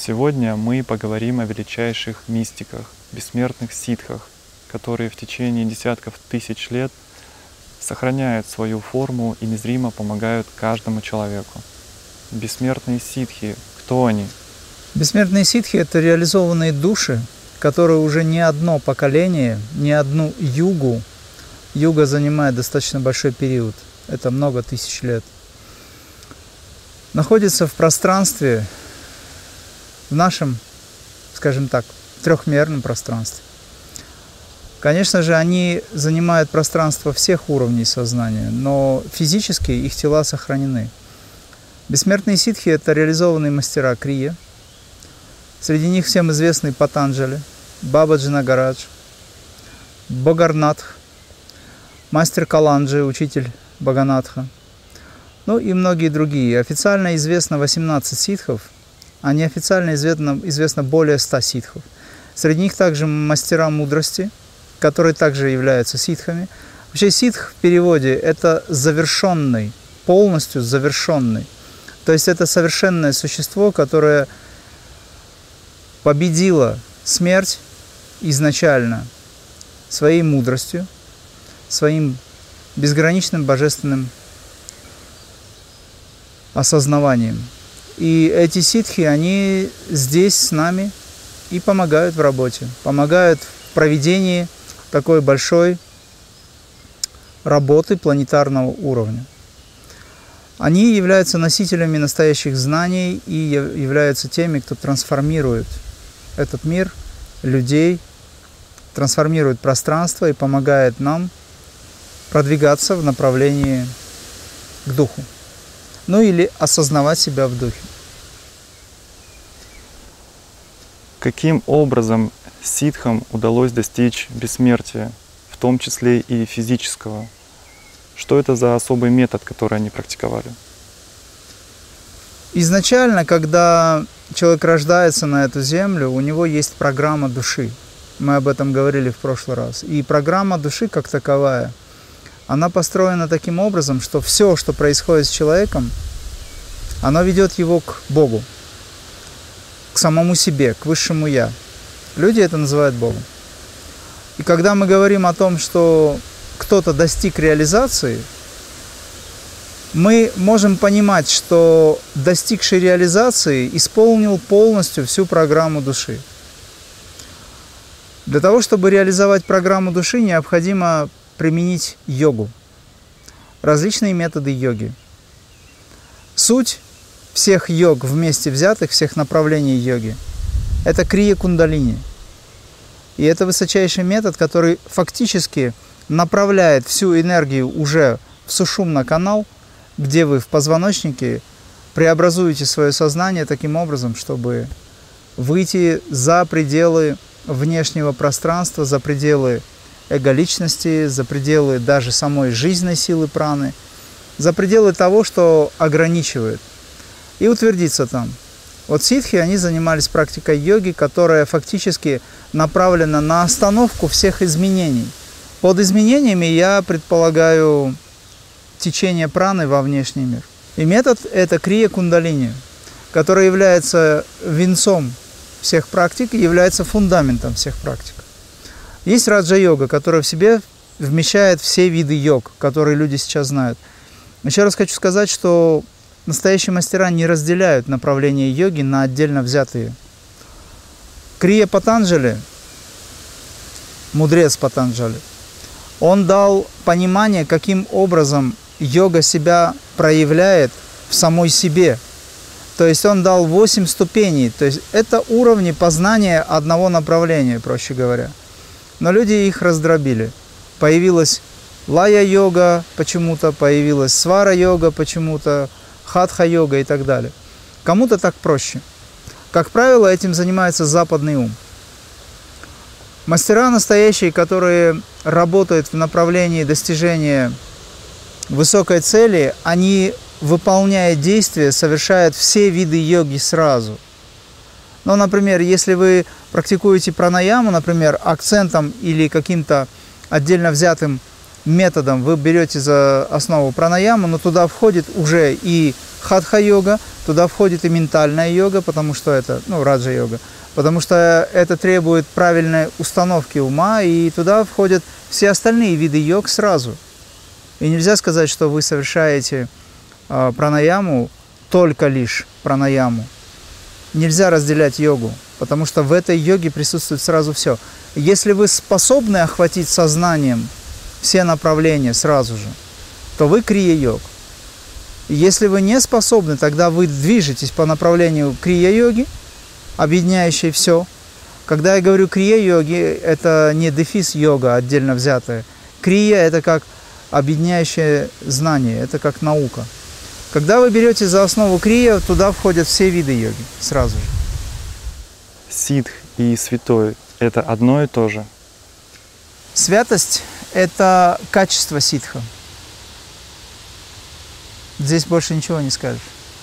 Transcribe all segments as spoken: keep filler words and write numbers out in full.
Сегодня мы поговорим о величайших мистиках, бессмертных ситхах, которые в течение десятков тысяч лет сохраняют свою форму и незримо помогают каждому человеку. Бессмертные ситхи, кто они? Бессмертные ситхи – это реализованные души, которые уже не одно поколение, не одну югу, юга занимает достаточно большой период, это много тысяч лет, находятся в пространстве, в нашем, скажем так, трехмерном пространстве. Конечно же, они занимают пространство всех уровней сознания, но физически их тела сохранены. Бессмертные ситхи – это реализованные мастера крия. Среди них всем известный Патанджали, Бабаджи Нагарадж, Богарнатх, мастер Каланджи, учитель Бхаганатха, ну и многие другие. Официально известно восемнадцать ситхов, а неофициально известно, известно более ста ситхов. Среди них также мастера мудрости, которые также являются ситхами. Вообще ситх в переводе – это завершенный, полностью завершенный. То есть это совершенное существо, которое победило смерть изначально своей мудростью, своим безграничным божественным осознаванием. И эти ситхи, они здесь с нами и помогают в работе, помогают в проведении такой большой работы планетарного уровня. Они являются носителями настоящих знаний и являются теми, кто трансформирует этот мир, людей, трансформирует пространство и помогает нам продвигаться в направлении к духу. Ну или осознавать себя в духе. Каким образом ситхам удалось достичь бессмертия, в том числе и физического? Что это за особый метод, который они практиковали? Изначально, когда человек рождается на эту землю, у него есть программа души. Мы об этом говорили в прошлый раз. И программа души как таковая, она построена таким образом, что все, что происходит с человеком, оно ведет его к Богу, к самому себе, к высшему Я. Люди это называют Богом. И когда мы говорим о том, что кто-то достиг реализации, мы можем понимать, что достигший реализации исполнил полностью всю программу души. Для того, чтобы реализовать программу души, необходимо применить йогу, различные методы йоги. Суть всех йог вместе взятых, всех направлений йоги, это крия кундалини. И это высочайший метод, который фактически направляет всю энергию уже в сушумна канал, где вы в позвоночнике преобразуете свое сознание таким образом, чтобы выйти за пределы внешнего пространства, за пределы эго-личности, за пределы даже самой жизненной силы праны, за пределы того, что ограничивает, и утвердиться там. Вот ситхи, они занимались практикой йоги, которая фактически направлена на остановку всех изменений. Под изменениями я предполагаю течение праны во внешний мир. И метод – это крия кундалини, который является венцом всех практик и является фундаментом всех практик. Есть раджа-йога, которая в себе вмещает все виды йог, которые люди сейчас знают. Еще раз хочу сказать, что настоящие мастера не разделяют направления йоги на отдельно взятые. Крия Патанджали, мудрец Патанджали, он дал понимание, каким образом йога себя проявляет в самой себе. То есть он дал восемь ступеней. То есть это уровни познания одного направления, проще говоря. Но люди их раздробили. Появилась лая-йога почему-то, появилась свара-йога почему-то, хатха-йога и так далее. Кому-то так проще. Как правило, этим занимается западный ум. Мастера настоящие, которые работают в направлении достижения высокой цели, они, выполняя действия, совершают все виды йоги сразу. Ну, например, если вы практикуете пранаяму, например, акцентом или каким-то отдельно взятым методом вы берете за основу пранаяму, но туда входит уже и хатха-йога, туда входит и ментальная йога, потому что это, ну, раджа-йога, потому что это требует правильной установки ума, и туда входят все остальные виды йог сразу. И нельзя сказать, что вы совершаете э, пранаяму, только лишь пранаяму. Нельзя разделять йогу, потому что в этой йоге присутствует сразу все. Если вы способны охватить сознанием все направления сразу же, то вы крия-йог. Если вы не способны, тогда вы движетесь по направлению крия-йоги, объединяющей все. Когда я говорю крия-йоги, это не дефис йога отдельно взятая. Крия – это как объединяющее знание, это как наука. Когда вы берете за основу крия, туда входят все виды йоги сразу же. Ситх и святой – это одно и то же? Святость – это качество ситха. Здесь больше ничего не скажешь.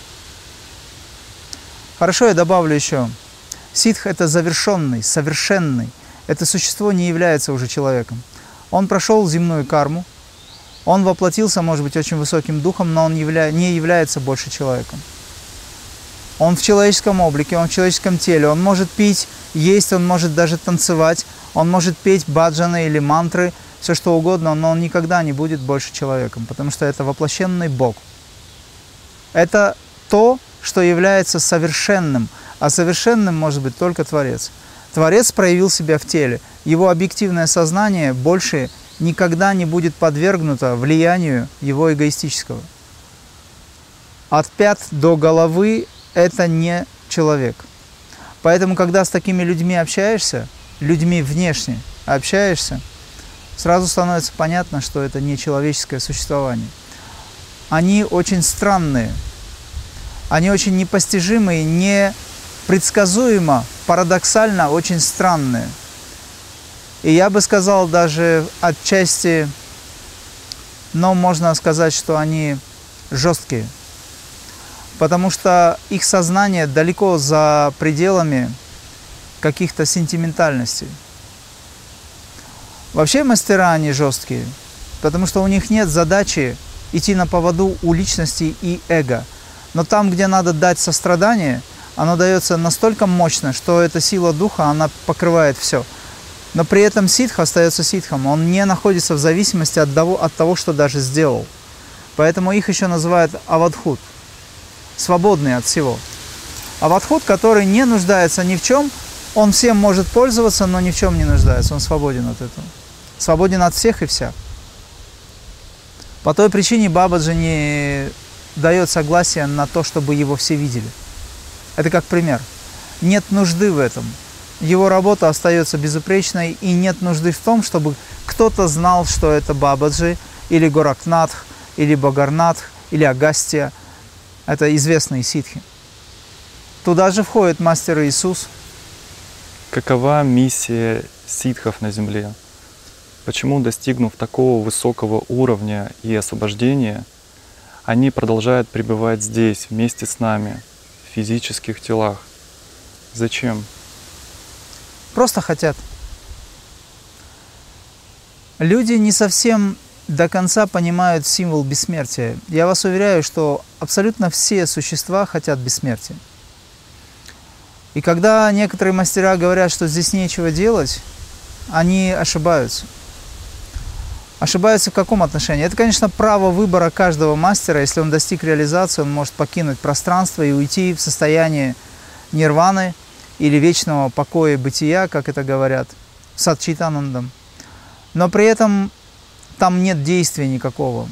Хорошо, я добавлю еще. Ситх – это завершенный, совершенный. Это существо не является уже человеком. Он прошел земную карму, он воплотился, может быть, очень высоким духом, но он явля... не является больше человеком. Он в человеческом облике, он в человеческом теле, он может пить, есть, он может даже танцевать, он может петь баджаны или мантры, все что угодно, но он никогда не будет больше человеком, потому что это воплощенный Бог. Это то, что является совершенным, а совершенным может быть только Творец. Творец проявил себя в теле, его объективное сознание больше никогда не будет подвергнуто влиянию его эгоистического. От пят до головы это не человек. Поэтому, когда с такими людьми общаешься, людьми внешне общаешься, сразу становится понятно, что это не человеческое существование. Они очень странные, они очень непостижимые, непредсказуемо, парадоксально очень странные. И я бы сказал даже отчасти, но можно сказать, что они жесткие, потому что их сознание далеко за пределами каких-то сентиментальностей. Вообще мастера они жесткие, потому что у них нет задачи идти на поводу у личности и эго. Но там, где надо дать сострадание, оно дается настолько мощно, что эта сила духа, она покрывает все. Но при этом ситх остается ситхом, он не находится в зависимости от того, от того, что даже сделал. Поэтому их еще называют авадхут, свободные от всего. Авадхут, который не нуждается ни в чем, он всем может пользоваться, но ни в чем не нуждается, он свободен от этого. Свободен от всех и вся. По той причине Бабаджи не дает согласия на то, чтобы его все видели. Это как пример. Нет нужды в этом. Его работа остается безупречной, и нет нужды в том, чтобы кто-то знал, что это Бабаджи, или Горакхнатх, или Багарнатх, или Агастья. Это известные ситхи. Туда же входит мастер Иисус. Какова миссия ситхов на земле? Почему, достигнув такого высокого уровня и освобождения, они продолжают пребывать здесь, вместе с нами, в физических телах? Зачем? Просто хотят. Люди не совсем до конца понимают символ бессмертия. Я вас уверяю, что абсолютно все существа хотят бессмертия. И когда некоторые мастера говорят, что здесь нечего делать, они ошибаются. Ошибаются в каком отношении? Это, конечно, право выбора каждого мастера. Если он достиг реализации, он может покинуть пространство и уйти в состояние нирваны или вечного покоя и бытия, как это говорят, садчитанандам. Но при этом там нет действия никакого.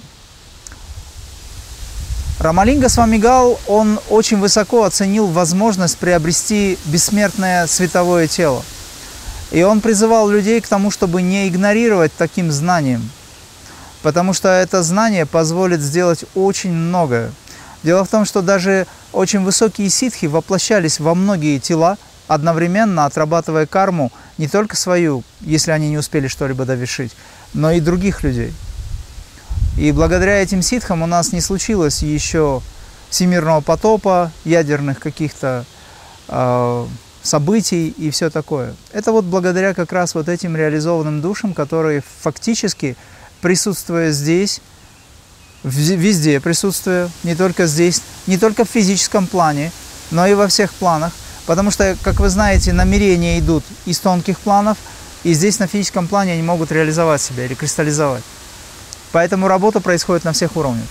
Рамалинга Свамигал, он очень высоко оценил возможность приобрести бессмертное световое тело. И он призывал людей к тому, чтобы не игнорировать таким знанием, потому что это знание позволит сделать очень многое. Дело в том, что даже очень высокие ситхи воплощались во многие тела, одновременно отрабатывая карму не только свою, если они не успели что-либо довершить, но и других людей. И благодаря этим ситхам у нас не случилось еще всемирного потопа, ядерных каких-то э, событий и все такое. Это вот благодаря как раз вот этим реализованным душам, которые фактически, присутствуя здесь, везде присутствие, не только здесь, не только в физическом плане, но и во всех планах. Потому что, как вы знаете, намерения идут из тонких планов, и здесь на физическом плане они могут реализовать себя или кристаллизовать. Поэтому работа происходит на всех уровнях.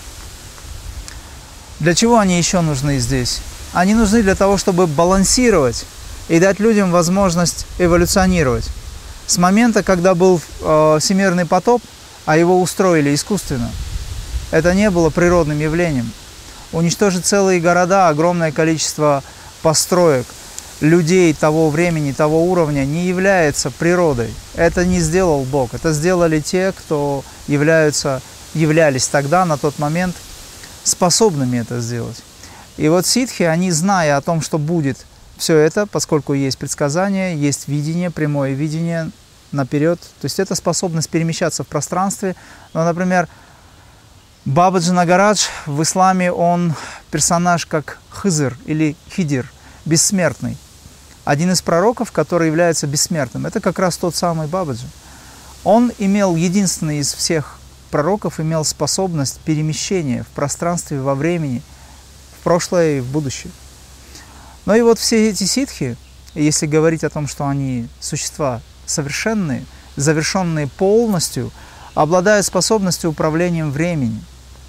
Для чего они еще нужны здесь? Они нужны для того, чтобы балансировать и дать людям возможность эволюционировать. С момента, когда был э, всемирный потоп, а его устроили искусственно, это не было природным явлением. Уничтожить целые города, огромное количество построек, людей того времени, того уровня не является природой. Это не сделал Бог. Это сделали те, кто являются, являлись тогда, на тот момент, способными это сделать. И вот ситхи, они, зная о том, что будет все это, поскольку есть предсказание, есть видение, прямое видение наперед, то есть это способность перемещаться в пространстве. Ну, например, Бабаджи Нагарадж в исламе, он персонаж как Хызыр или Хидир, бессмертный. Один из пророков, который является бессмертным, это как раз тот самый Бабаджи. Он имел, единственный из всех пророков, имел способность перемещения в пространстве, во времени, в прошлое и в будущее. Но и вот все эти ситхи, если говорить о том, что они существа совершенные, завершенные полностью, обладают способностью управлением временем.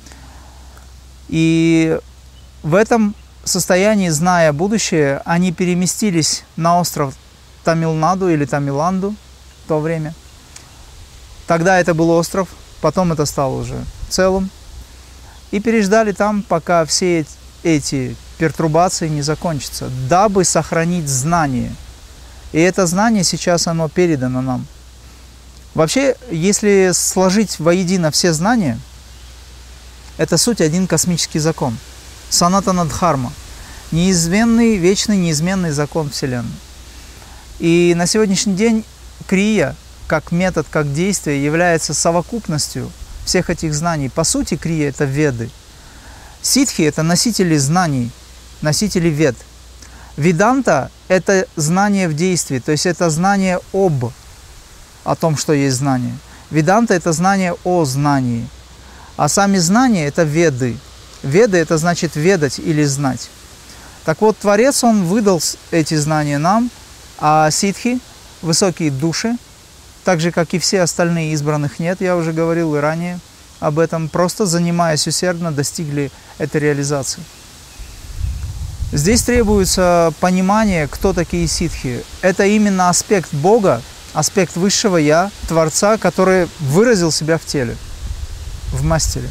И в этом состоянии, зная будущее, они переместились на остров Тамилнаду или Тамиланду в то время. Тогда это был остров, потом это стало уже целым. И переждали там, пока все эти пертурбации не закончатся, дабы сохранить знание. И это знание сейчас оно передано нам. Вообще, если сложить воедино все знания, это суть один космический закон. Санатана Дхарма. Неизменный, вечный, неизменный закон Вселенной. И на сегодняшний день крия, как метод, как действие, является совокупностью всех этих знаний. По сути, крия – это веды. Ситхи – это носители знаний, носители вед. Веданта – это знание в действии, то есть это знание об, о том, что есть знание. Веданта – это знание о знании. А сами знания – это веды. Веды – это значит ведать или знать. Так вот, Творец, Он выдал эти знания нам, а ситхи, высокие души, так же, как и все остальные, избранных нет, я уже говорил и ранее об этом, просто занимаясь усердно, достигли этой реализации. Здесь требуется понимание, кто такие ситхи. Это именно аспект Бога, аспект высшего Я, Творца, который выразил себя в теле, в мастере.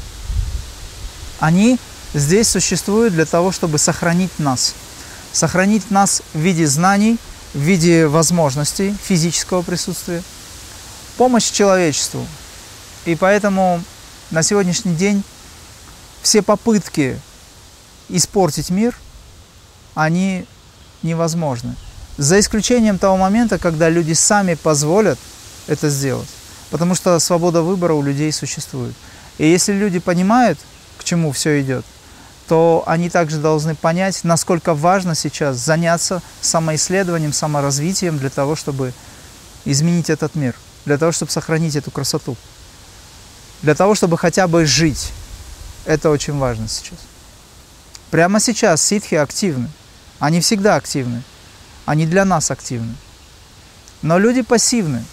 Они здесь существуют для того, чтобы сохранить нас. Сохранить нас в виде знаний, в виде возможностей физического присутствия, помощь человечеству. И поэтому на сегодняшний день все попытки испортить мир, они невозможны. За исключением того момента, когда люди сами позволят это сделать. Потому что свобода выбора у людей существует. И если люди понимают, к чему все идет, то они также должны понять, насколько важно сейчас заняться самоисследованием, саморазвитием для того, чтобы изменить этот мир, для того, чтобы сохранить эту красоту, для того, чтобы хотя бы жить. Это очень важно сейчас. Прямо сейчас ситхи активны. Они всегда активны. Они для нас активны. Но люди пассивны.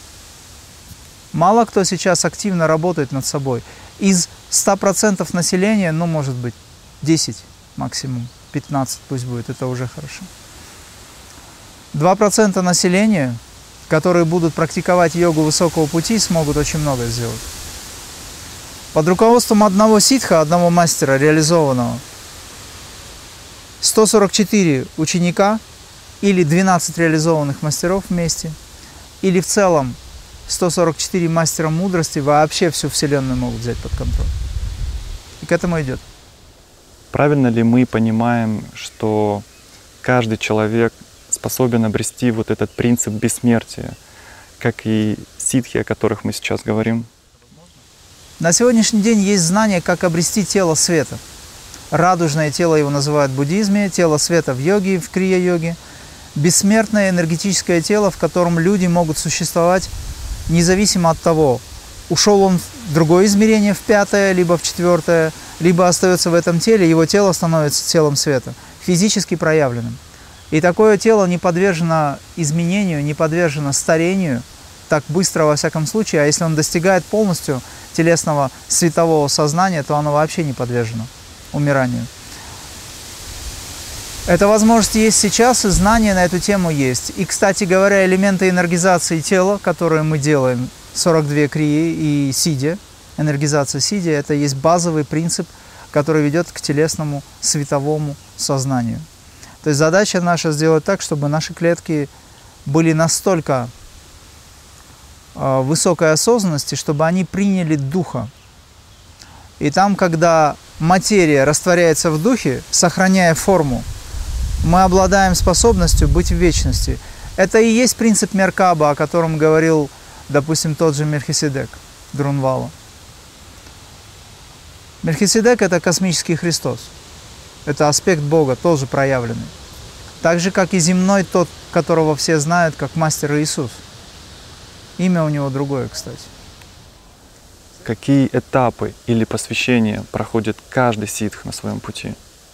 Мало кто сейчас активно работает над собой. Из ста процентов населения, ну, может быть, десять максимум, пятнадцать пусть будет, это уже хорошо. два процента населения, которые будут практиковать йогу высокого пути, смогут очень многое сделать. Под руководством одного ситха, одного мастера реализованного, сто сорок четыре ученика или двенадцать реализованных мастеров вместе, или в целом сто сорок четыре мастера мудрости вообще всю Вселенную могут взять под контроль. И к этому идет. Правильно ли мы понимаем, что каждый человек способен обрести вот этот принцип бессмертия, как и ситхи, о которых мы сейчас говорим? На сегодняшний день есть знание, как обрести тело света. Радужное тело его называют в буддизме, тело света в йоге, в крия-йоге. Бессмертное энергетическое тело, в котором люди могут существовать независимо от того, ушел он другое измерение, в пятое, либо в четвертое, либо остается в этом теле, его тело становится телом света, физически проявленным. И такое тело не подвержено изменению, не подвержено старению, так быстро во всяком случае, а если он достигает полностью телесного светового сознания, то оно вообще не подвержено умиранию. Эта возможность есть сейчас, и знания на эту тему есть. И, кстати говоря, элементы энергизации тела, которые мы делаем, сорок две крии и сидя, энергизация сидя, это есть базовый принцип, который ведет к телесному световому сознанию. То есть задача наша сделать так, чтобы наши клетки были настолько э, высокой осознанности, чтобы они приняли духа. И там, когда материя растворяется в духе, сохраняя форму, мы обладаем способностью быть в вечности. Это и есть принцип Меркаба, о котором говорил, допустим, тот же Мельхиседек Друнвала. Мельхиседек – это космический Христос. Это аспект Бога, тоже проявленный. Так же, как и земной тот, которого все знают, как мастер Иисус. Имя у него другое, кстати. Какие этапы или посвящения проходит каждый ситх на своем пути?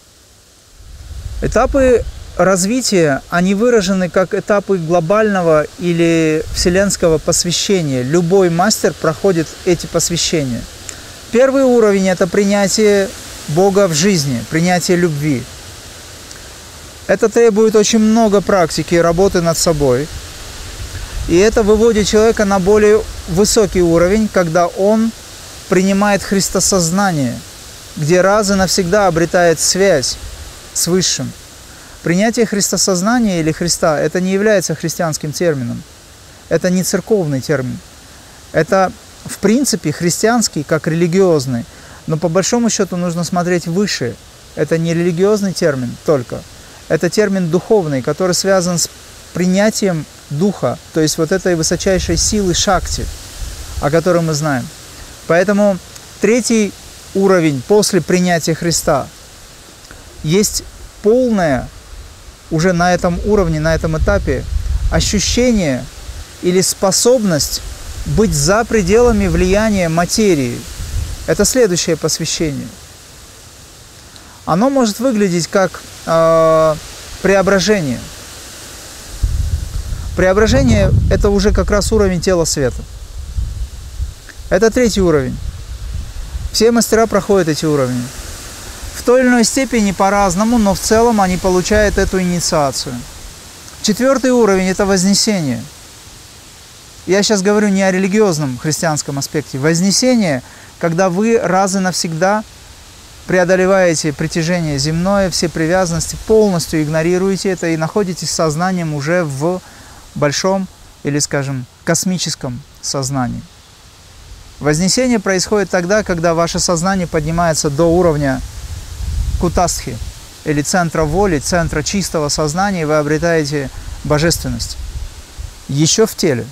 Этапы развития, они выражены как этапы глобального или вселенского посвящения. Любой мастер проходит эти посвящения. Первый уровень – это принятие Бога в жизни, принятие любви. Это требует очень много практики и работы над собой. И это выводит человека на более высокий уровень, когда он принимает христосознание, где раз и навсегда обретает связь с Высшим. Принятие христосознания или Христа – это не является христианским термином. Это не церковный термин. Это, в принципе, христианский, как религиозный. Но по большому счету нужно смотреть выше. Это не религиозный термин только. Это термин духовный, который связан с принятием духа, то есть вот этой высочайшей силы шакти, о которой мы знаем. Поэтому третий уровень после принятия Христа есть полное, уже на этом уровне, на этом этапе, ощущение или способность быть за пределами влияния материи. Это следующее посвящение. Оно может выглядеть как э, преображение. Преображение – это уже как раз уровень тела света. Это третий уровень. Все мастера проходят эти уровни. В той или иной степени по-разному, но в целом они получают эту инициацию. Четвертый уровень – это вознесение. Я сейчас говорю не о религиозном христианском аспекте. Вознесение, когда вы раз и навсегда преодолеваете притяжение земное, все привязанности, полностью игнорируете это и находитесь сознанием уже в большом или, скажем, космическом сознании. Вознесение происходит тогда, когда ваше сознание поднимается до уровня кутастхи, или центра воли, центра чистого сознания, и вы обретаете божественность еще в теле.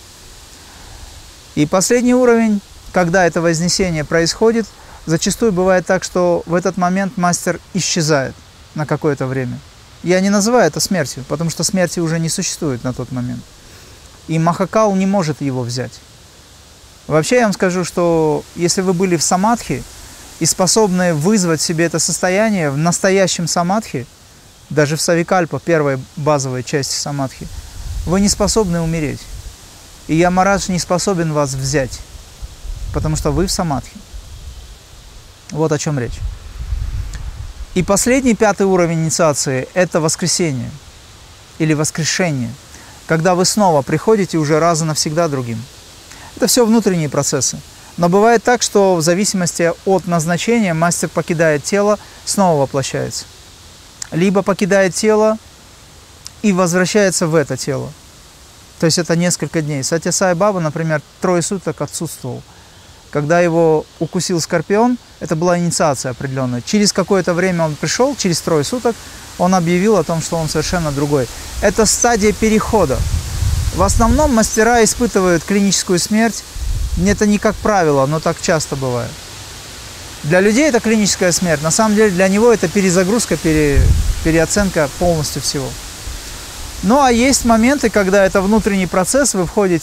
И последний уровень, когда это вознесение происходит, зачастую бывает так, что в этот момент мастер исчезает на какое-то время. Я не называю это смертью, потому что смерти уже не существует на тот момент. И Махакал не может его взять. Вообще я вам скажу, что если вы были в самадхи и способны вызвать в себе это состояние в настоящем самадхи, даже в савикальпа, первой базовой части самадхи, вы не способны умереть. И Ямарадж не способен вас взять, потому что вы в самадхи. Вот о чем речь. И последний, пятый уровень инициации – это воскресение или воскрешение, когда вы снова приходите уже раз и навсегда другим. Это все внутренние процессы. Но бывает так, что в зависимости от назначения мастер покидает тело, снова воплощается. Либо покидает тело и возвращается в это тело. То есть это несколько дней. Сатья Сай Баба, например, трое суток отсутствовал. Когда его укусил скорпион, это была инициация определенная. Через какое-то время он пришел, через трое суток, он объявил о том, что он совершенно другой. Это стадия перехода. В основном мастера испытывают клиническую смерть. Это не как правило, но так часто бывает. Для людей это клиническая смерть. На самом деле для него это перезагрузка, пере, переоценка полностью всего. Ну а есть моменты, когда это внутренний процесс, вы входите в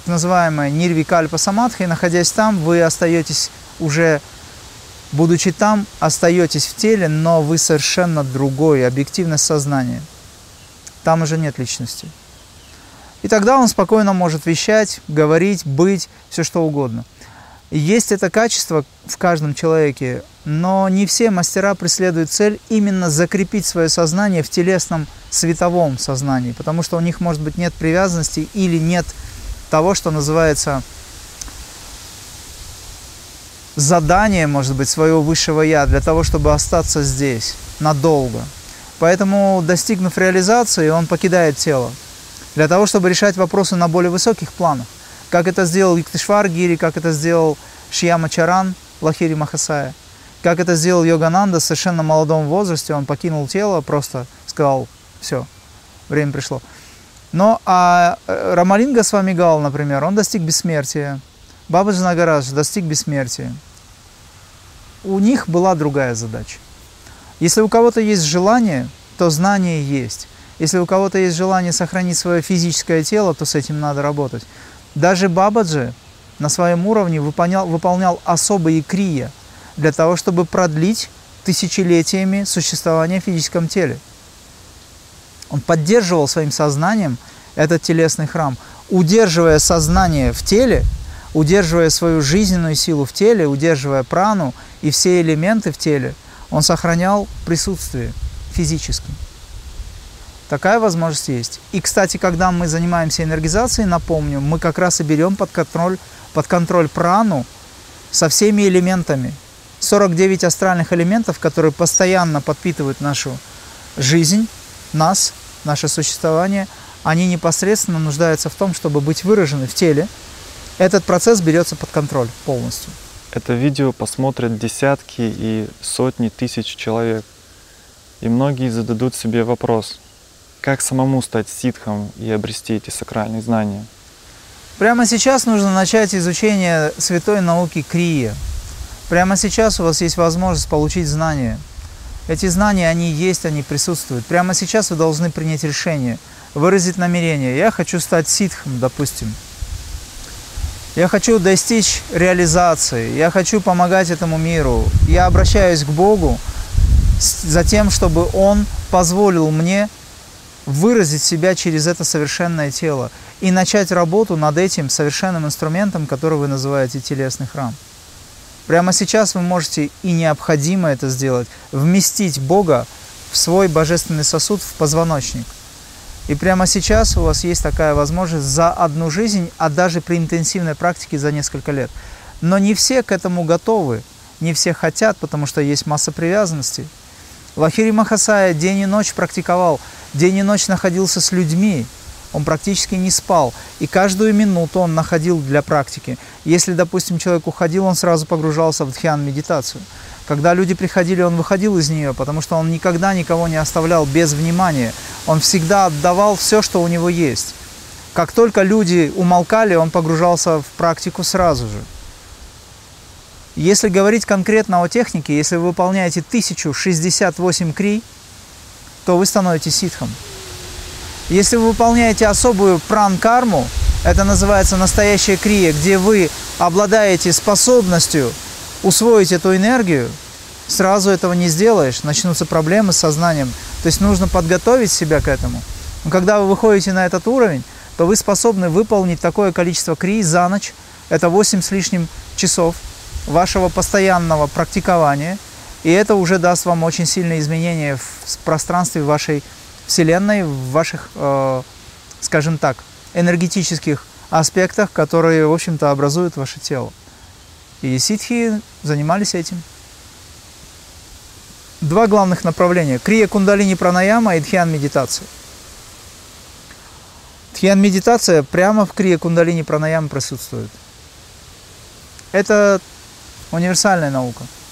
так называемая нирвикальпа самадхи, и находясь там, вы остаетесь уже, будучи там, остаетесь в теле, но вы совершенно другой, объективность сознания. Там уже нет личности. И тогда он спокойно может вещать, говорить, быть, все что угодно. И есть это качество в каждом человеке, но не все мастера преследуют цель именно закрепить свое сознание в телесном световом сознании, потому что у них, может быть, нет привязанности или нет того, что называется задание, может быть, своего высшего «я» для того, чтобы остаться здесь надолго. Поэтому, достигнув реализации, он покидает тело для того, чтобы решать вопросы на более высоких планах. Как это сделал Юктишвар Гири, как это сделал Шьяма Чаран, Лахири Махасая, как это сделал Йогананда в совершенно молодом возрасте. Он покинул тело, просто сказал: все, время пришло. Но а Рамалинга Свамигал, например, он достиг бессмертия. Бабаджи Нагарадж достиг бессмертия. У них была другая задача. Если у кого-то есть желание, то знание есть. Если у кого-то есть желание сохранить свое физическое тело, то с этим надо работать. Даже Бабаджи на своем уровне выполнял, выполнял особые крия для того, чтобы продлить тысячелетиями существование в физическом теле. Он поддерживал своим сознанием этот телесный храм, удерживая сознание в теле, удерживая свою жизненную силу в теле, удерживая прану и все элементы в теле, он сохранял присутствие физически. Такая возможность есть. И, кстати, когда мы занимаемся энергизацией, напомню, мы как раз и берем под контроль, под контроль прану со всеми элементами. сорок девять астральных элементов, которые постоянно подпитывают нашу жизнь, нас, наше существование, они непосредственно нуждаются в том, чтобы быть выражены в теле. Этот процесс берется под контроль полностью. Это видео посмотрят десятки и сотни тысяч человек. И многие зададут себе вопрос: как самому стать ситхом и обрести эти сакральные знания? Прямо сейчас нужно начать изучение святой науки крия. Прямо сейчас у вас есть возможность получить знания. Эти знания, они есть, они присутствуют. Прямо сейчас вы должны принять решение, выразить намерение. Я хочу стать ситхом, допустим. Я хочу достичь реализации, я хочу помогать этому миру. Я обращаюсь к Богу за тем, чтобы Он позволил мне выразить себя через это совершенное тело и начать работу над этим совершенным инструментом, который вы называете телесный храм. Прямо сейчас вы можете, и необходимо это сделать, вместить Бога в свой божественный сосуд, в позвоночник. И прямо сейчас у вас есть такая возможность за одну жизнь, а даже при интенсивной практике за несколько лет. Но не все к этому готовы, не все хотят, потому что есть масса привязанностей. Лахири Махасая день и ночь практиковал, день и ночь находился с людьми, он практически не спал, и каждую минуту он находил для практики. Если, допустим, человек уходил, он сразу погружался в дхьян-медитацию. Когда люди приходили, он выходил из нее, потому что он никогда никого не оставлял без внимания. Он всегда отдавал все, что у него есть. Как только люди умолкали, он погружался в практику сразу же. Если говорить конкретно о технике, если вы выполняете тысячу шестьдесят восемь крий, то вы становитесь ситхом. Если вы выполняете особую пран-карму, это называется настоящая крия, где вы обладаете способностью усвоить эту энергию, сразу этого не сделаешь, начнутся проблемы с сознанием. То есть нужно подготовить себя к этому. Но когда вы выходите на этот уровень, то вы способны выполнить такое количество крий за ночь. Это восемь с лишним часов вашего постоянного практикования. И это уже даст вам очень сильные изменения в пространстве вашей Вселенной, в ваших, э, скажем так, энергетических аспектах, которые, в общем-то, образуют ваше тело. И ситхи занимались этим. Два главных направления. Крия кундалини пранаяма и дхьян-медитация. Дхьян-медитация прямо в крия кундалини пранаяма присутствует. Это универсальная наука.